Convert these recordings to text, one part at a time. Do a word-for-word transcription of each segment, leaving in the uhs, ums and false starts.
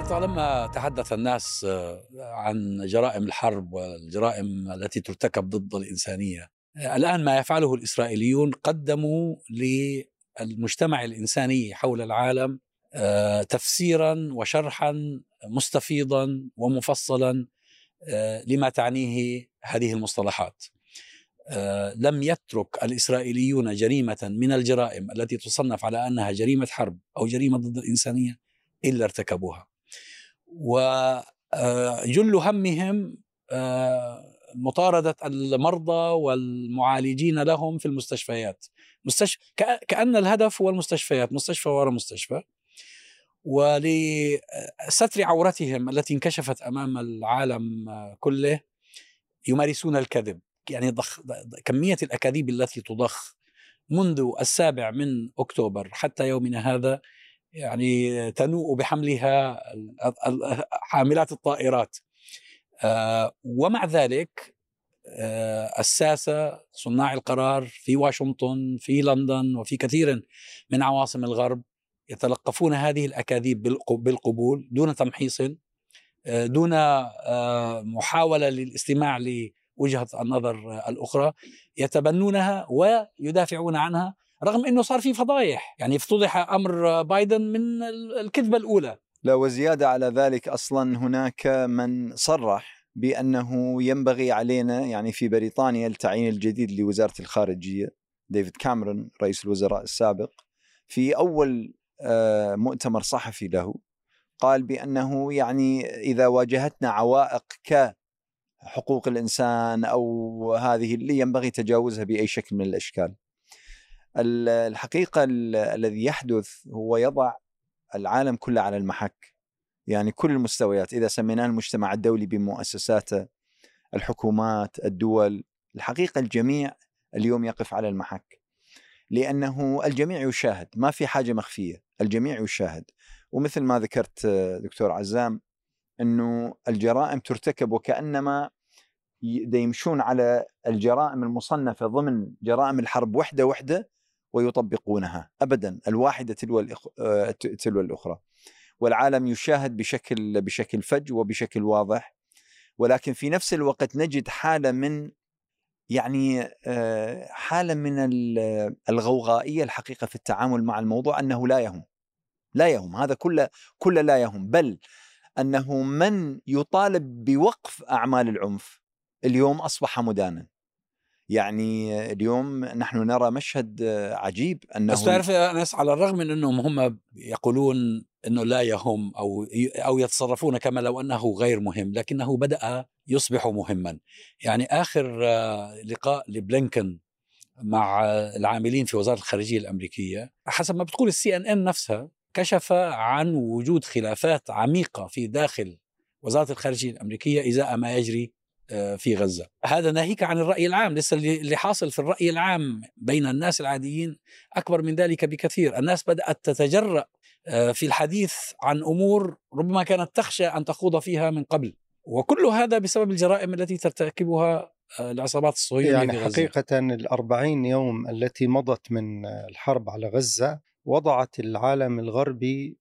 طالما تحدث الناس عن جرائم الحرب والجرائم التي ترتكب ضد الإنسانية، الآن ما يفعله الإسرائيليون قدموا للمجتمع الإنساني حول العالم تفسيرا وشرحا مستفيضا ومفصلا لما تعنيه هذه المصطلحات. لم يترك الإسرائيليون جريمة من الجرائم التي تصنف على أنها جريمة حرب أو جريمة ضد الإنسانية إلا ارتكبوها. وجل همهم مطاردة المرضى والمعالجين لهم في المستشفيات، مستشفى كأن الهدف هو المستشفيات، مستشفى وراء مستشفى، ولستر عورتهم التي انكشفت أمام العالم كله يمارسون الكذب. يعني ضخ كمية الأكاذيب التي تضخ منذ السابع من أكتوبر حتى يومنا هذا يعني تنوء بحملها حاملات الطائرات. ومع ذلك الساسة صناع القرار في واشنطن في لندن وفي كثير من عواصم الغرب يتلقفون هذه الأكاذيب بالقبول دون تمحيص، دون محاولة للاستماع لوجهة النظر الأخرى، يتبنونها ويدافعون عنها رغم أنه صار في فضايح. يعني افتضح أمر بايدن من الكذبة الأولى. لا، وزيادة على ذلك أصلا هناك من صرح بأنه ينبغي علينا يعني في بريطانيا التعيين الجديد لوزارة الخارجية ديفيد كاميرون رئيس الوزراء السابق في أول مؤتمر صحفي له قال بأنه يعني إذا واجهتنا عوائق كحقوق الإنسان أو هذه اللي ينبغي تجاوزها بأي شكل من الأشكال. الحقيقة الذي يحدث هو يضع العالم كله على المحك، يعني كل المستويات، إذا سميناه المجتمع الدولي بمؤسساته، الحكومات، الدول، الحقيقة الجميع اليوم يقف على المحك، لأنه الجميع يشاهد، ما في حاجة مخفية، الجميع يشاهد. ومثل ما ذكرت دكتور عزام أنه الجرائم ترتكب وكأنما يمشون على الجرائم المصنفة ضمن جرائم الحرب وحدة وحدة ويطبقونها، أبدا الواحدة تلو تلو الأخرى، والعالم يشاهد بشكل بشكل فج وبشكل واضح. ولكن في نفس الوقت نجد حالة من يعني حالة من الغوغائية الحقيقة في التعامل مع الموضوع، أنه لا يهم لا يهم هذا كله كله لا يهم، بل أنه من يطالب بوقف أعمال العنف اليوم أصبح مدانا. يعني اليوم نحن نرى مشهد عجيب أنه بس تعرف ناس على الرغم من أنهم هم يقولون أنه لا يهم أو أو يتصرفون كما لو أنه غير مهم، لكنه بدأ يصبح مهما. يعني آخر لقاء لبلينكن مع العاملين في وزارة الخارجية الأمريكية حسب ما بتقول السي ان ان نفسها كشف عن وجود خلافات عميقة في داخل وزارة الخارجية الأمريكية إزاء ما يجري في غزة. هذا ناهيك عن الرأي العام، لسه اللي حاصل في الرأي العام بين الناس العاديين أكبر من ذلك بكثير. الناس بدأت تتجرأ في الحديث عن أمور ربما كانت تخشى أن تخوض فيها من قبل، وكل هذا بسبب الجرائم التي ترتكبها العصابات الصهيونية يعني في غزة. حقيقة الأربعين يوم التي مضت من الحرب على غزة وضعت العالم الغربي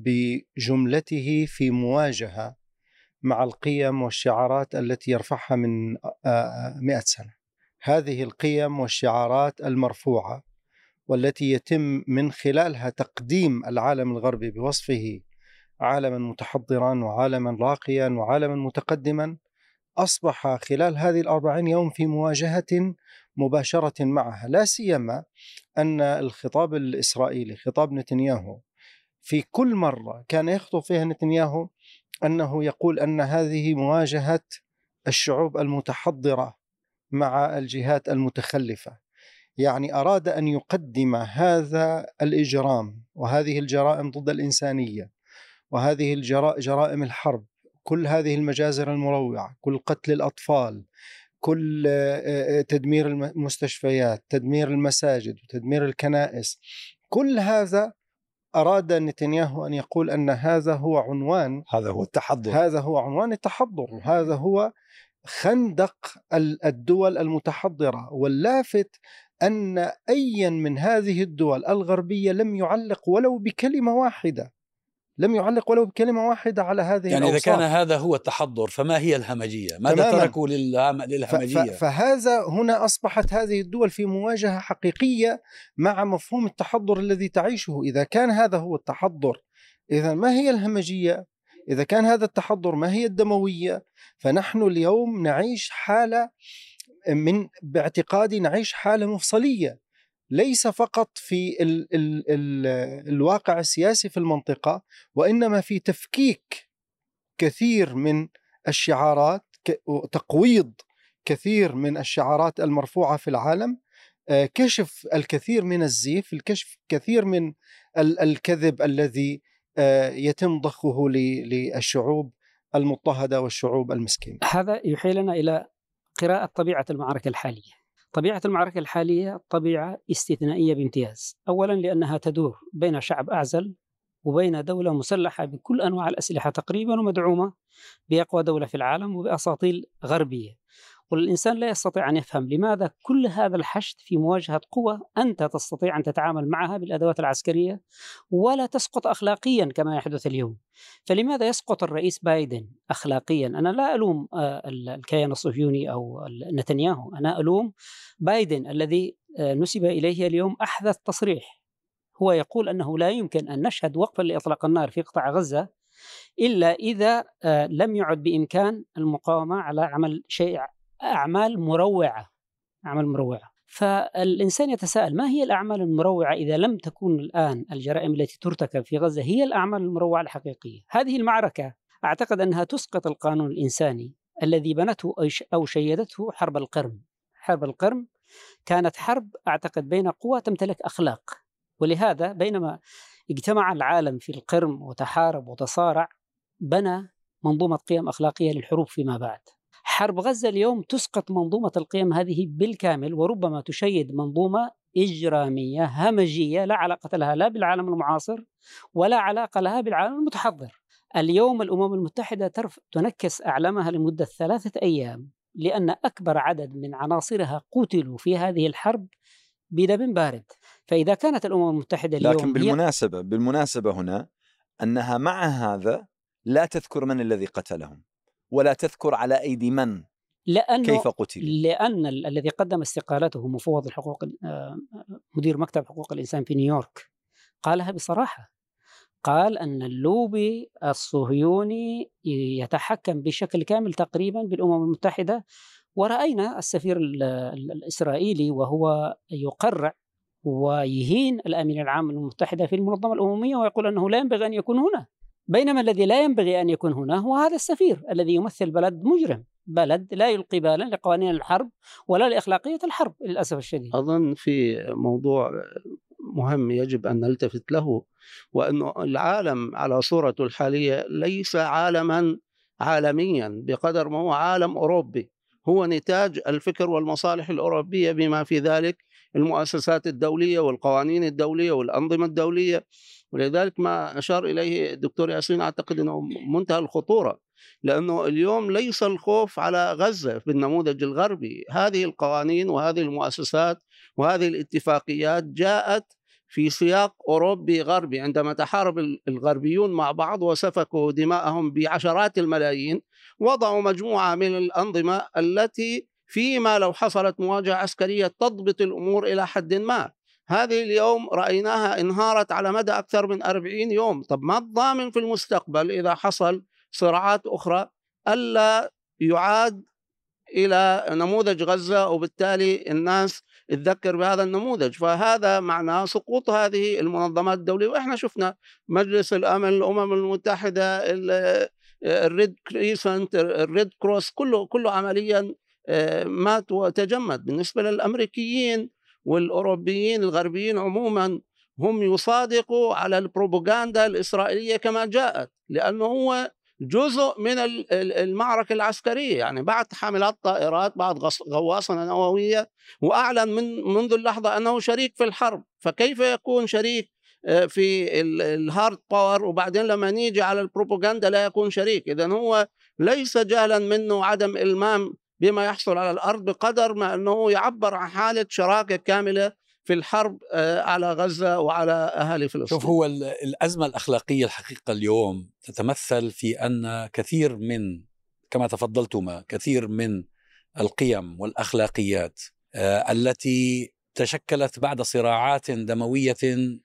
بجملته في مواجهة مع القيم والشعارات التي يرفعها من مئة سنة. هذه القيم والشعارات المرفوعة والتي يتم من خلالها تقديم العالم الغربي بوصفه عالما متحضرا وعالما راقيا وعالما متقدما، أصبح خلال هذه الأربعين يوم في مواجهة مباشرة معها. لا سيما أن الخطاب الإسرائيلي خطاب نتنياهو في كل مرة كان يخطب فيها نتنياهو أنه يقول أن هذه مواجهة الشعوب المتحضرة مع الجهات المتخلفة. يعني أراد أن يقدم هذا الإجرام وهذه الجرائم ضد الإنسانية وهذه الجرائم الحرب، كل هذه المجازر المروعة، كل قتل الأطفال، كل تدمير المستشفيات، تدمير المساجد وتدمير الكنائس، كل هذا أراد نتنياهو أن يقول أن هذا هو عنوان هذا هو التحضر هذا هو عنوان التحضر، هذا هو خندق الدول المتحضرة. واللافت أن أي من هذه الدول الغربية لم يعلق ولو بكلمة واحدة لم يعلق ولو بكلمة واحدة على هذه يعني الأوصاف. إذا كان هذا هو التحضر فما هي الهمجية؟ ماذا تماماً. تركوا للهمجية؟ فهذا هنا أصبحت هذه الدول في مواجهة حقيقية مع مفهوم التحضر الذي تعيشه. إذا كان هذا هو التحضر، إذا ما هي الهمجية؟ إذا كان هذا التحضر ما هي الدموية؟ فنحن اليوم نعيش حالة من باعتقادي نعيش حالة مفصلية، ليس فقط في ال ال ال الواقع السياسي في المنطقة، وإنما في تفكيك كثير من الشعارات، تقويض كثير من الشعارات المرفوعة في العالم، كشف الكثير من الزيف، الكشف كثير من الكذب الذي يتم ضخه للشعوب المضطهدة والشعوب المسكينة. هذا يحيلنا إلى قراءة طبيعة المعركة الحالية. طبيعة المعركة الحالية طبيعة استثنائية بامتياز، أولا لأنها تدور بين شعب أعزل وبين دولة مسلحة بكل أنواع الأسلحة تقريبا ومدعومة بأقوى دولة في العالم وبأساطيل غربية. والإنسان لا يستطيع أن يفهم لماذا كل هذا الحشد في مواجهة قوة أنت تستطيع أن تتعامل معها بالأدوات العسكرية ولا تسقط أخلاقيا كما يحدث اليوم. فلماذا يسقط الرئيس بايدن أخلاقيا؟ أنا لا ألوم الكيان الصهيوني أو نتنياهو، أنا ألوم بايدن الذي نسب إليه اليوم أحدث تصريح، هو يقول أنه لا يمكن أن نشهد وقفا لإطلاق النار في قطاع غزة إلا إذا لم يعد بإمكان المقاومة على عمل شيء أعمال مروعة أعمال مروعة. فالإنسان يتساءل ما هي الأعمال المروعة إذا لم تكون الآن الجرائم التي ترتكب في غزة هي الأعمال المروعة الحقيقية؟ هذه المعركة أعتقد أنها تسقط القانون الإنساني الذي بنته أو شيدته حرب القرم. حرب القرم كانت حرب أعتقد بين قوى تمتلك أخلاق، ولهذا بينما اجتمع العالم في القرم وتحارب وتصارع بنى منظومة قيم أخلاقية للحروب فيما بعد. حرب غزة اليوم تسقط منظومة القيم هذه بالكامل، وربما تشيد منظومة إجرامية همجية لا علاقة لها لا بالعالم المعاصر ولا علاقة لها بالعالم المتحضر. اليوم الأمم المتحدة ترف تنكس أعلامها لمدة ثلاثة أيام لأن أكبر عدد من عناصرها قتلوا في هذه الحرب بدم بارد. فإذا كانت الأمم المتحدة اليوم لكن بالمناسبة بالمناسبة هنا أنها مع هذا لا تذكر من الذي قتلهم ولا تذكر على أيدي من كيف قتل، لأن الذي قدم استقالته مفوض الحقوق مدير مكتب حقوق الإنسان في نيويورك قالها بصراحة، قال أن اللوبي الصهيوني يتحكم بشكل كامل تقريبا بالأمم المتحدة، ورأينا السفير الإسرائيلي وهو يقرع ويهين الأمين العام للأمم المتحدة في المنظمة الأممية ويقول أنه لا ينبغي أن يكون هنا، بينما الذي لا ينبغي أن يكون هنا هو هذا السفير الذي يمثل بلد مجرم، بلد لا يلقي بالا لقوانين الحرب ولا لأخلاقية الحرب للأسف الشديد. أظن في موضوع مهم يجب أن نلتفت له، وأن العالم على صورته الحالية ليس عالما عالميا بقدر ما هو عالم أوروبي، هو نتاج الفكر والمصالح الأوروبية بما في ذلك المؤسسات الدولية والقوانين الدولية والأنظمة الدولية. ولذلك ما أشار إليه الدكتور ياسين أعتقد أنه منتهى الخطورة، لأنه اليوم ليس الخوف على غزة بالنموذج الغربي، هذه القوانين وهذه المؤسسات وهذه الاتفاقيات جاءت في سياق أوروبي غربي، عندما تحارب الغربيون مع بعض وسفكوا دماءهم بعشرات الملايين وضعوا مجموعة من الأنظمة التي فيما لو حصلت مواجهة عسكرية تضبط الأمور إلى حد ما. هذه اليوم رأيناها انهارت على مدى أكثر من أربعين يوم. طب ما الضامن في المستقبل إذا حصل صراعات أخرى ألا يعاد إلى نموذج غزة وبالتالي الناس تذكر بهذا النموذج؟ فهذا معناه سقوط هذه المنظمات الدولية. وإحنا شفنا مجلس الأمن، الأمم المتحدة، الريد كريسنت، الريد كروس، كله كله عمليا مات وتجمد. بالنسبة للأمريكيين والأوروبيين الغربيين عموما هم يصادقوا على البروباغندا الإسرائيلية كما جاءت، لأنه هو جزء من المعركة العسكرية. يعني بعد حاملات طائرات، بعد غواصة نووية، وأعلن من منذ اللحظة أنه شريك في الحرب، فكيف يكون شريك في الهارد باور وبعدين لما نيجي على البروباغندا لا يكون شريك؟ إذن هو ليس جهلا منه عدم إلمام بما يحصل على الأرض بقدر ما أنه يعبر عن حالة شراكة كاملة في الحرب على غزة وعلى أهالي فلسطين. شوف، هو الأزمة الأخلاقية الحقيقة اليوم تتمثل في أن كثير من، كما تفضلتما، كثير من القيم والأخلاقيات التي تشكلت بعد صراعات دموية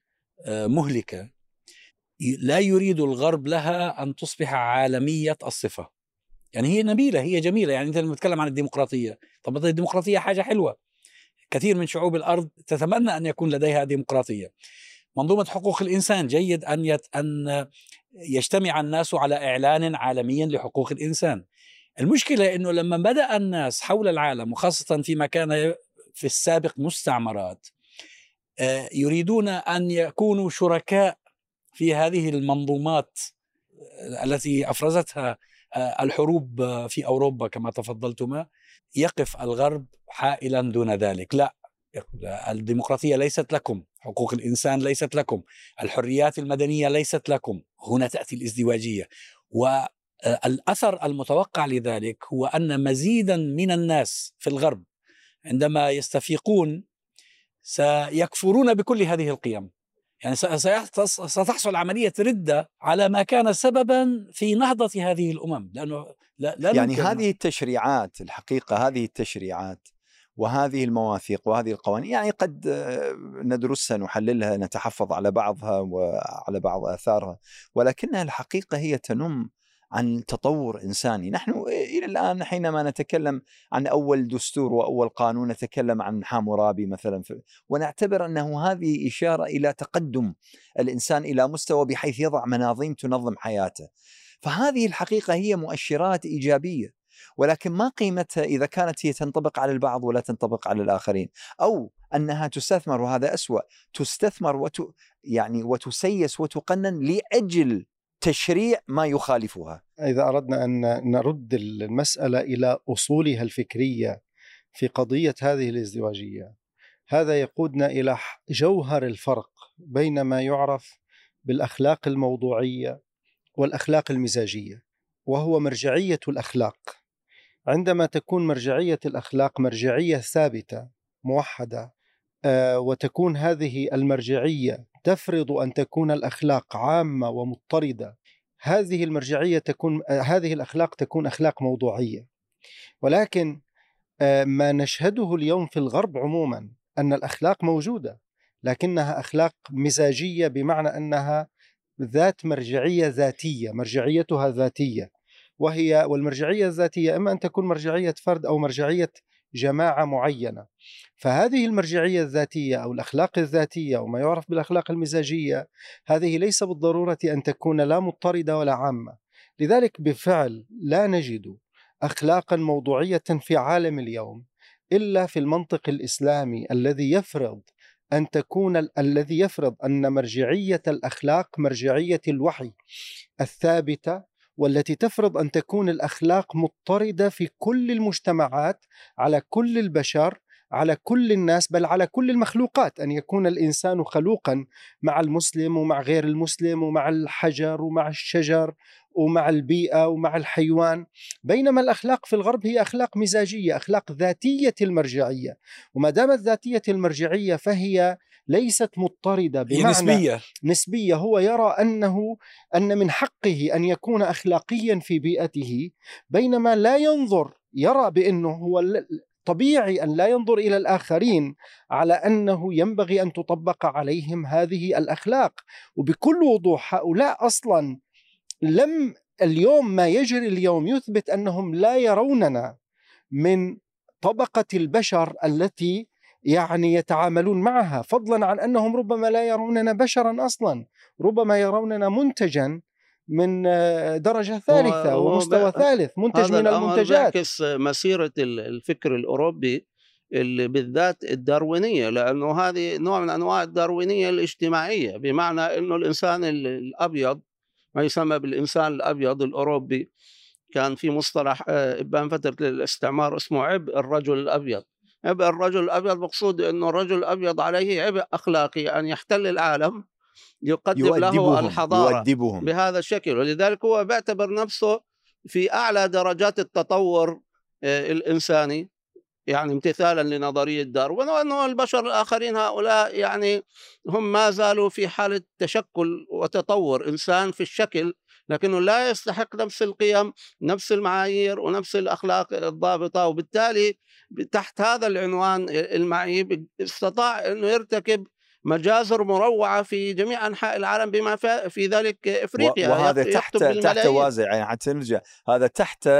مهلكة لا يريد الغرب لها أن تصبح عالمية الصفة. يعني هي نبيلة، هي جميلة. يعني أنت لما تتكلم عن الديمقراطية، طب الديمقراطية حاجة حلوة، كثير من شعوب الأرض تتمنى أن يكون لديها ديمقراطية. منظومة حقوق الإنسان، جيد أن يت... أن يجتمع الناس على إعلان عالمي لحقوق الإنسان. المشكلة أنه لما بدأ الناس حول العالم، وخاصة فيما كان في السابق مستعمرات، يريدون أن يكونوا شركاء في هذه المنظومات التي أفرزتها الحروب في أوروبا كما تفضلتما، يقف الغرب حائلا دون ذلك. لا، الديمقراطية ليست لكم، حقوق الإنسان ليست لكم، الحريات المدنية ليست لكم. هنا تأتي الازدواجية، والأثر المتوقع لذلك هو أن مزيدا من الناس في الغرب عندما يستفيقون سيكفرون بكل هذه القيم. يعني ستحصل عملية ردة على ما كان سببا في نهضة هذه الأمم، لأنه لا لا يعني هذه التشريعات، الحقيقة هذه التشريعات وهذه المواثيق وهذه القوانين يعني قد ندرسها، نحللها، نتحفظ على بعضها وعلى بعض آثارها، ولكنها الحقيقة هي تنم عن تطور إنساني. نحن إلى الآن حينما نتكلم عن أول دستور وأول قانون نتكلم عن حامورابي مثلا، ونعتبر أنه هذه إشارة إلى تقدم الإنسان إلى مستوى بحيث يضع مناظيم تنظم حياته. فهذه الحقيقة هي مؤشرات إيجابية، ولكن ما قيمتها إذا كانت هي تنطبق على البعض ولا تنطبق على الآخرين، أو أنها تستثمر، وهذا أسوأ، تستثمر وت يعني وتسيس وتقنن لأجل تشريع ما يخالفها. إذا أردنا أن نرد المسألة إلى أصولها الفكرية في قضية هذه الازدواجية، هذا يقودنا إلى جوهر الفرق بين ما يعرف بالأخلاق الموضوعية والأخلاق المزاجية، وهو مرجعية الأخلاق. عندما تكون مرجعية الأخلاق مرجعية ثابتة موحدة، آه وتكون هذه المرجعية تفرض أن تكون الأخلاق عامة ومضطردة، هذه المرجعية تكون آه هذه الأخلاق تكون أخلاق موضوعية. ولكن آه ما نشهده اليوم في الغرب عموما أن الأخلاق موجودة، لكنها أخلاق مزاجية، بمعنى أنها ذات مرجعية ذاتية، مرجعيتها ذاتية، وهي والمرجعية الذاتية إما أن تكون مرجعية فرد أو مرجعية جماعة معينة. فهذه المرجعية الذاتية أو الأخلاق الذاتية وما يعرف بالأخلاق المزاجية، هذه ليس بالضرورة أن تكون لا مضطردة ولا عامة. لذلك بالفعل لا نجد أخلاقا موضوعية في عالم اليوم إلا في المنطق الإسلامي الذي يفرض أن تكون ال- الذي يفرض أن مرجعية الأخلاق مرجعية الوحي الثابتة، والتي تفرض أن تكون الأخلاق مضطردة في كل المجتمعات، على كل البشر، على كل الناس، بل على كل المخلوقات، أن يكون الإنسان خلوقا مع المسلم ومع غير المسلم ومع الحجر ومع الشجر ومع البيئة ومع الحيوان. بينما الأخلاق في الغرب هي أخلاق مزاجية، أخلاق ذاتية المرجعية، وما دامت ذاتية المرجعية فهي ليست مضطردة، بمعنى نسبية. نسبية. هو يرى أنه أن من حقه أن يكون أخلاقيا في بيئته، بينما لا ينظر، يرى بأنه هو طبيعي أن لا ينظر إلى الآخرين على أنه ينبغي أن تطبق عليهم هذه الأخلاق. وبكل وضوح هؤلاء أصلا لم اليوم ما يجري اليوم يثبت أنهم لا يروننا من طبقة البشر التي يعني يتعاملون معها، فضلا عن أنهم ربما لا يروننا بشرا أصلا، ربما يروننا منتجا من درجة ثالثة ومستوى ثالث، منتج من المنتجات. يعكس مسيرة الفكر الأوروبي اللي بالذات الداروينية، لأنه هذه نوع من أنواع الداروينية الاجتماعية، بمعنى أنه الإنسان الأبيض، ما يسمى بالإنسان الأبيض الأوروبي، كان في مصطلح إبان فترة الاستعمار اسمه عبء الرجل الأبيض. عبء الرجل الأبيض مقصود أنه الرجل الأبيض عليه عبء أخلاقي أن يحتل العالم، يقدم له الحضارة يؤدبهم بهذا الشكل، ولذلك هو بيعتبر نفسه في أعلى درجات التطور الإنساني يعني امتثالا لنظرية داروين، وأنه البشر الآخرين هؤلاء يعني هم ما زالوا في حالة تشكل وتطور، إنسان في الشكل لكنه لا يستحق نفس القيم، نفس المعايير ونفس الأخلاق الضابطة، وبالتالي تحت هذا العنوان المعيب استطاع أنه يرتكب مجازر مروعة في جميع أنحاء العالم بما في ذلك إفريقيا، وهذا تحت تحت وازع، يعني حتى نرجع هذا تحت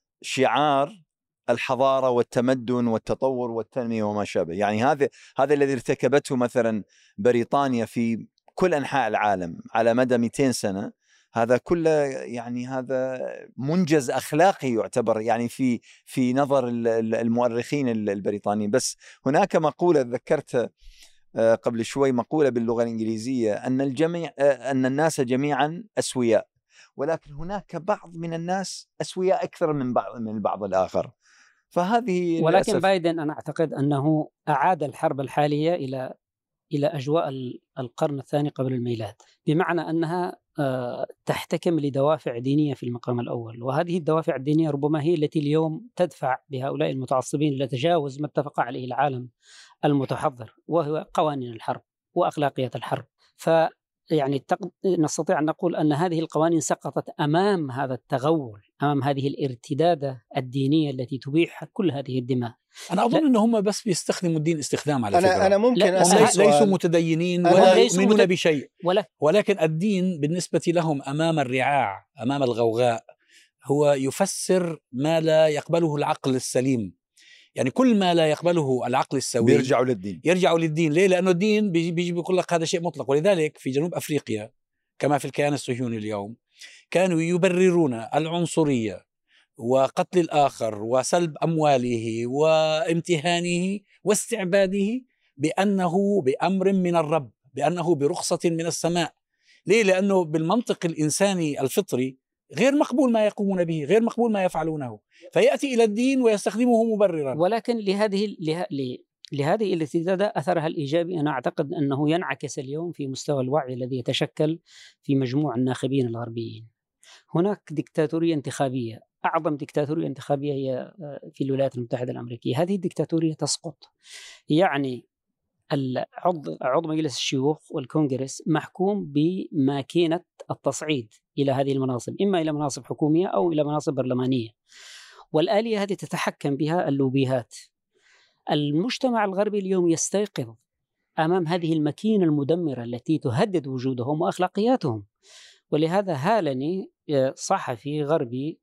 شعار الحضارة والتمدن والتطور والتنمية وما شابه. يعني هذا هذا الذي ارتكبته مثلا بريطانيا في كل أنحاء العالم على مدى مئتين سنة، هذا كله يعني هذا منجز أخلاقي يعتبر يعني في في نظر المؤرخين البريطانيين. بس هناك مقولة ذكرتها قبل شوي، مقولة باللغة الإنجليزية أن الجميع أن الناس جميعا أسوياء، ولكن هناك بعض من الناس أسوياء أكثر من بعض من البعض الآخر. فهذه ولكن للأسف بايدن أنا أعتقد أنه أعاد الحرب الحالية إلى إلى أجواء القرن الثاني قبل الميلاد، بمعنى أنها تحتكم لدوافع دينية في المقام الأول، وهذه الدوافع الدينية ربما هي التي اليوم تدفع بهؤلاء المتعصبين إلى تجاوز ما اتفق عليه العالم المتحضر، وهو قوانين الحرب وأخلاقيات الحرب. فيعني نستطيع أن نقول أن هذه القوانين سقطت أمام هذا التغول، أمام هذه الارتدادة الدينية التي تبيح كل هذه الدماء. أنا أظن أن هم بس بيستخدموا الدين استخدام على أنا فكرة. أنا ممكن هم ليسوا متدينين ولا يؤمنون متد... بشيء، ولا ولكن الدين بالنسبة لهم أمام الرعاع، أمام الغوغاء، هو يفسر ما لا يقبله العقل السليم. يعني كل ما لا يقبله العقل السوي بيرجعوا للدين يرجعوا للدين. ليه؟ لأنه الدين بيجي بيقول لك هذا شيء مطلق. ولذلك في جنوب أفريقيا كما في الكيان الصهيوني اليوم كانوا يبررون العنصرية وقتل الآخر وسلب أمواله وامتهانه واستعباده بأنه بأمر من الرب، بأنه برخصة من السماء. ليه؟ لأنه بالمنطق الإنساني الفطري غير مقبول ما يقومون به، غير مقبول ما يفعلونه، فيأتي إلى الدين ويستخدمه مبررا. ولكن لهذه له... لهذه الارتدادة أثرها الإيجابي أنا أعتقد أنه ينعكس اليوم في مستوى الوعي الذي يتشكل في مجموع الناخبين الغربيين. هناك ديكتاتورية انتخابية، أعظم ديكتاتورية انتخابية هي في الولايات المتحدة الأمريكية. هذه الديكتاتورية تسقط، يعني عضو عضو مجلس الشيوخ والكونغرس محكوم بماكينة التصعيد إلى هذه المناصب، إما إلى مناصب حكومية أو إلى مناصب برلمانية، والآلية هذه تتحكم بها اللوبيهات. المجتمع الغربي اليوم يستيقظ أمام هذه الماكينة المدمرة التي تهدد وجودهم وأخلاقياتهم. ولهذا هالني صحفي غربي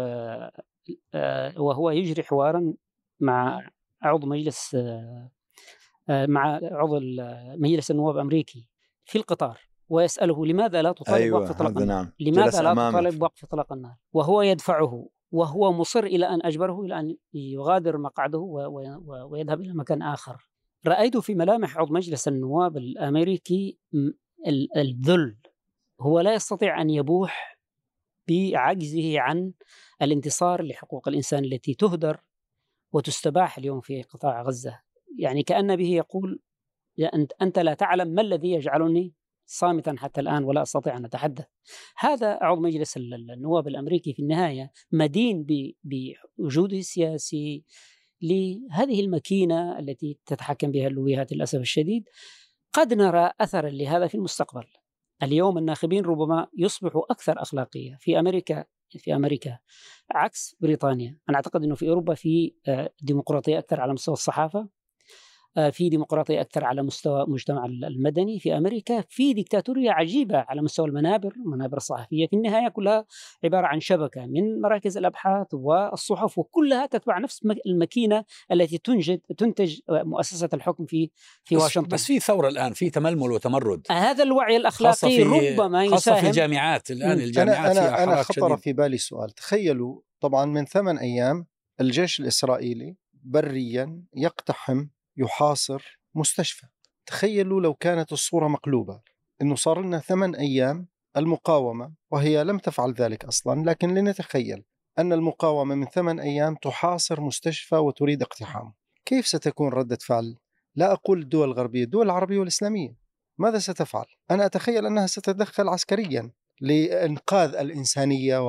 وهو يجري حوارا مع عضو مجلس مع عضو مجلس النواب الأمريكي في القطار، ويسأله لماذا لا تطالب أيوة بوقف إطلاق النار؟ نعم. لماذا لا تطالب بوقف إطلاق النار؟ وهو يدفعه، وهو مصر إلى أن أجبره إلى أن يغادر مقعده ويذهب إلى مكان آخر. رأيت في ملامح عضو مجلس النواب الأمريكي الذل، هو لا يستطيع أن يبوح بعجزه عن الانتصار لحقوق الإنسان التي تهدر وتستباح اليوم في قطاع غزة. يعني كأن به يقول يا أنت, أنت لا تعلم ما الذي يجعلني صامتا حتى الآن ولا أستطيع أن أتحدث. هذا عضو مجلس النواب الأمريكي في النهاية مدين بوجوده السياسي لهذه الماكينة التي تتحكم بها اللوبيهات للأسف الشديد. قد نرى أثرا لهذا في المستقبل. اليوم الناخبين ربما يصبحوا أكثر أخلاقية في أمريكا في أمريكا عكس بريطانيا. أنا أعتقد أنه في أوروبا في ديمقراطية أكثر على مستوى الصحافة، في ديمقراطية أكثر على مستوى المجتمع المدني. في أمريكا في ديكتاتورية عجيبة على مستوى المنابر المنابر الصحفية. في النهاية كلها عبارة عن شبكة من مراكز الأبحاث والصحف، وكلها تتبع نفس الماكينة التي تنجد تنتج مؤسسة الحكم في في بس واشنطن. بس في ثورة الآن، في تململ وتمرد. هذا الوعي الأخلاقي ربما يساهم خاصة في الجامعات الآن. الجامعات أنا, فيها أنا حراك خطر شديد. في بالي سؤال. تخيلوا طبعا من ثمان أيام الجيش الإسرائيلي بريا يقتحم يحاصر مستشفى. تخيلوا لو كانت الصورة مقلوبة، إنه صار لنا ثمان أيام المقاومة، وهي لم تفعل ذلك أصلا، لكن لنتخيل أن المقاومة من ثمان أيام تحاصر مستشفى وتريد اقتحامه. كيف ستكون ردة فعل؟ لا أقول الدول الغربية، الدول العربية والإسلامية ماذا ستفعل؟ أنا أتخيل أنها ستتدخل عسكريا لإنقاذ الإنسانية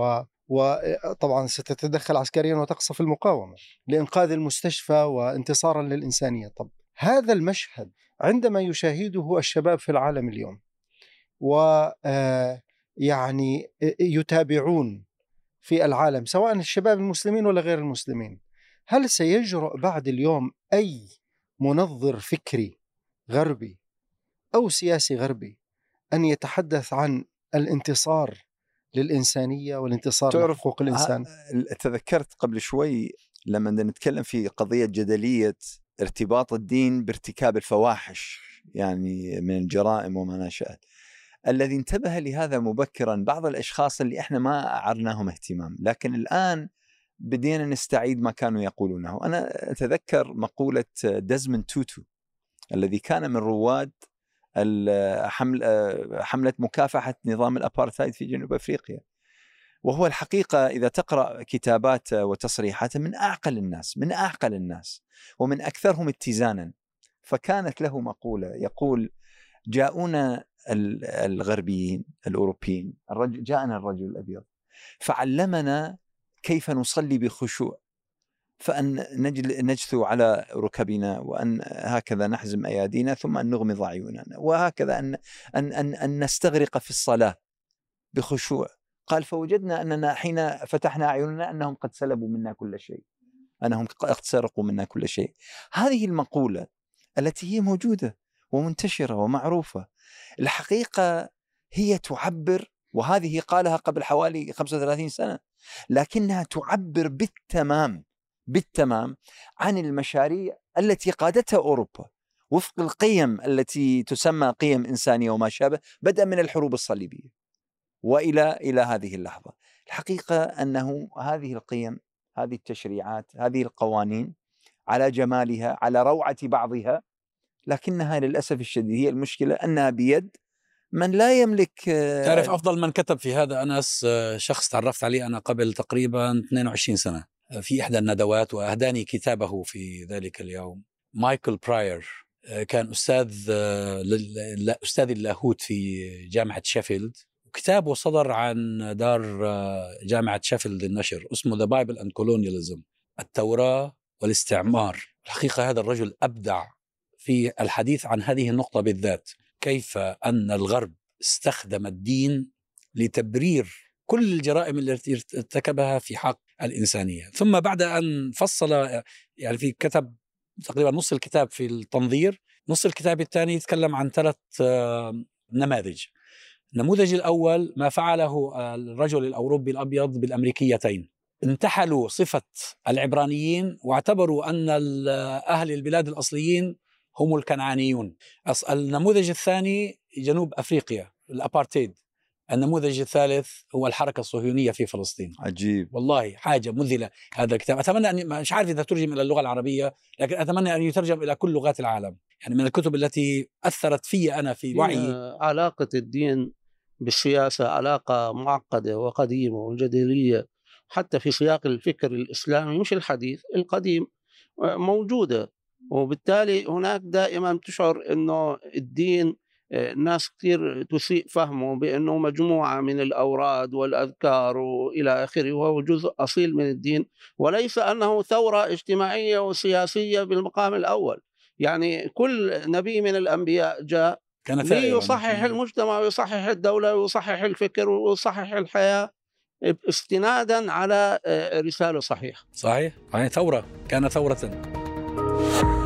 وطبعا ستتدخل عسكريا وتقصف المقاومة لإنقاذ المستشفى وانتصارا للإنسانية. طب هذا المشهد عندما يشاهده الشباب في العالم اليوم ويعني يتابعون في العالم سواء الشباب المسلمين ولا غير المسلمين، هل سيجرؤ بعد اليوم أي منظر فكري غربي أو سياسي غربي أن يتحدث عن الانتصار للإنسانية والانتصار لحقوق الإنسان؟ تذكرت قبل شوي لما نتكلم في قضية جدلية ارتباط الدين بارتكاب الفواحش يعني من الجرائم وما نشأت، الذي انتبه لهذا مبكرا بعض الأشخاص اللي احنا ما أعرناهم اهتمام، لكن الآن بدينا نستعيد ما كانوا يقولونه. أنا أتذكر مقولة ديزموند توتو الذي كان من رواد حملة مكافحة نظام الأبارتايد في جنوب أفريقيا، وهو الحقيقة إذا تقرأ كتاباته وتصريحاته من أعقل الناس من أعقل الناس ومن أكثرهم اتزانا. فكانت له مقولة يقول: جاءونا الغربيين الأوروبيين، الرجل جاءنا الرجل الأبيض فعلمنا كيف نصلي بخشوع، فأن نجثو على ركبنا، وأن هكذا نحزم أيادينا، ثم أن نغمض عيوننا، وهكذا أن, أن, أن, أن نستغرق في الصلاة بخشوع. قال: فوجدنا أننا حين فتحنا أعيننا أنهم قد سلبوا منا كل شيء، أنهم قد سرقوا منا كل شيء. هذه المقولة التي هي موجودة ومنتشرة ومعروفة، الحقيقة هي تعبر، وهذه قالها قبل حوالي خمسة وثلاثين سنة، لكنها تعبر بالتمام بالتمام عن المشاريع التي قادتها أوروبا وفق القيم التي تسمى قيم إنسانية وما شابه، بدءا من الحروب الصليبية وإلى إلى هذه اللحظة. الحقيقة أنه هذه القيم، هذه التشريعات، هذه القوانين على جمالها، على روعة بعضها، لكنها للأسف الشديد هي المشكلة أنها بيد من لا يملك. تعرف أفضل من كتب في هذا أنس شخص تعرفت عليه أنا قبل تقريبا اثنين وعشرين سنة في إحدى الندوات، وأهداني كتابه في ذلك اليوم. مايكل براير كان أستاذ أستاذ اللاهوت في جامعة شيفيلد، وكتابه صدر عن دار جامعة شيفيلد للنشر، اسمه The Bible and Colonialism، التوراة والاستعمار. الحقيقة هذا الرجل أبدع في الحديث عن هذه النقطة بالذات، كيف أن الغرب استخدم الدين لتبرير كل الجرائم التي ارتكبها في حق الإنسانية. ثم بعد أن فصل، يعني في كتب تقريبا نص الكتاب في التنظير، نص الكتاب الثاني يتكلم عن ثلاث نماذج. النموذج الأول ما فعله الرجل الأوروبي الأبيض بالأمريكيتين، انتحلوا صفة العبرانيين واعتبروا أن أهل البلاد الأصليين هم الكنعانيون. النموذج الثاني جنوب أفريقيا، الأبارتيد. النموذج الثالث هو الحركة الصهيونية في فلسطين. عجيب والله، حاجة مذهلة هذا الكتاب. أتمنى أن، مش عارف إذا ترجم إلى اللغة العربية، لكن أتمنى أن يترجم إلى كل لغات العالم، يعني من الكتب التي أثرت في أنا في وعي. علاقة الدين بالسياسة علاقة معقدة وقديمة وجدلية، حتى في سياق الفكر الإسلامي مش الحديث القديم موجودة، وبالتالي هناك دائما تشعر أنه الدين الناس كثير تسيء فهمه بأنه مجموعة من الأوراد والأذكار وإلى آخره، وهو جزء أصيل من الدين، وليس أنه ثورة اجتماعية وسياسية بالمقام الأول. يعني كل نبي من الأنبياء جاء ليصحح المجتمع ويصحح الدولة ويصحح الفكر ويصحح الحياة استنادا على رسالة صحيحة. صحيح، يعني ثورة، كان ثورة.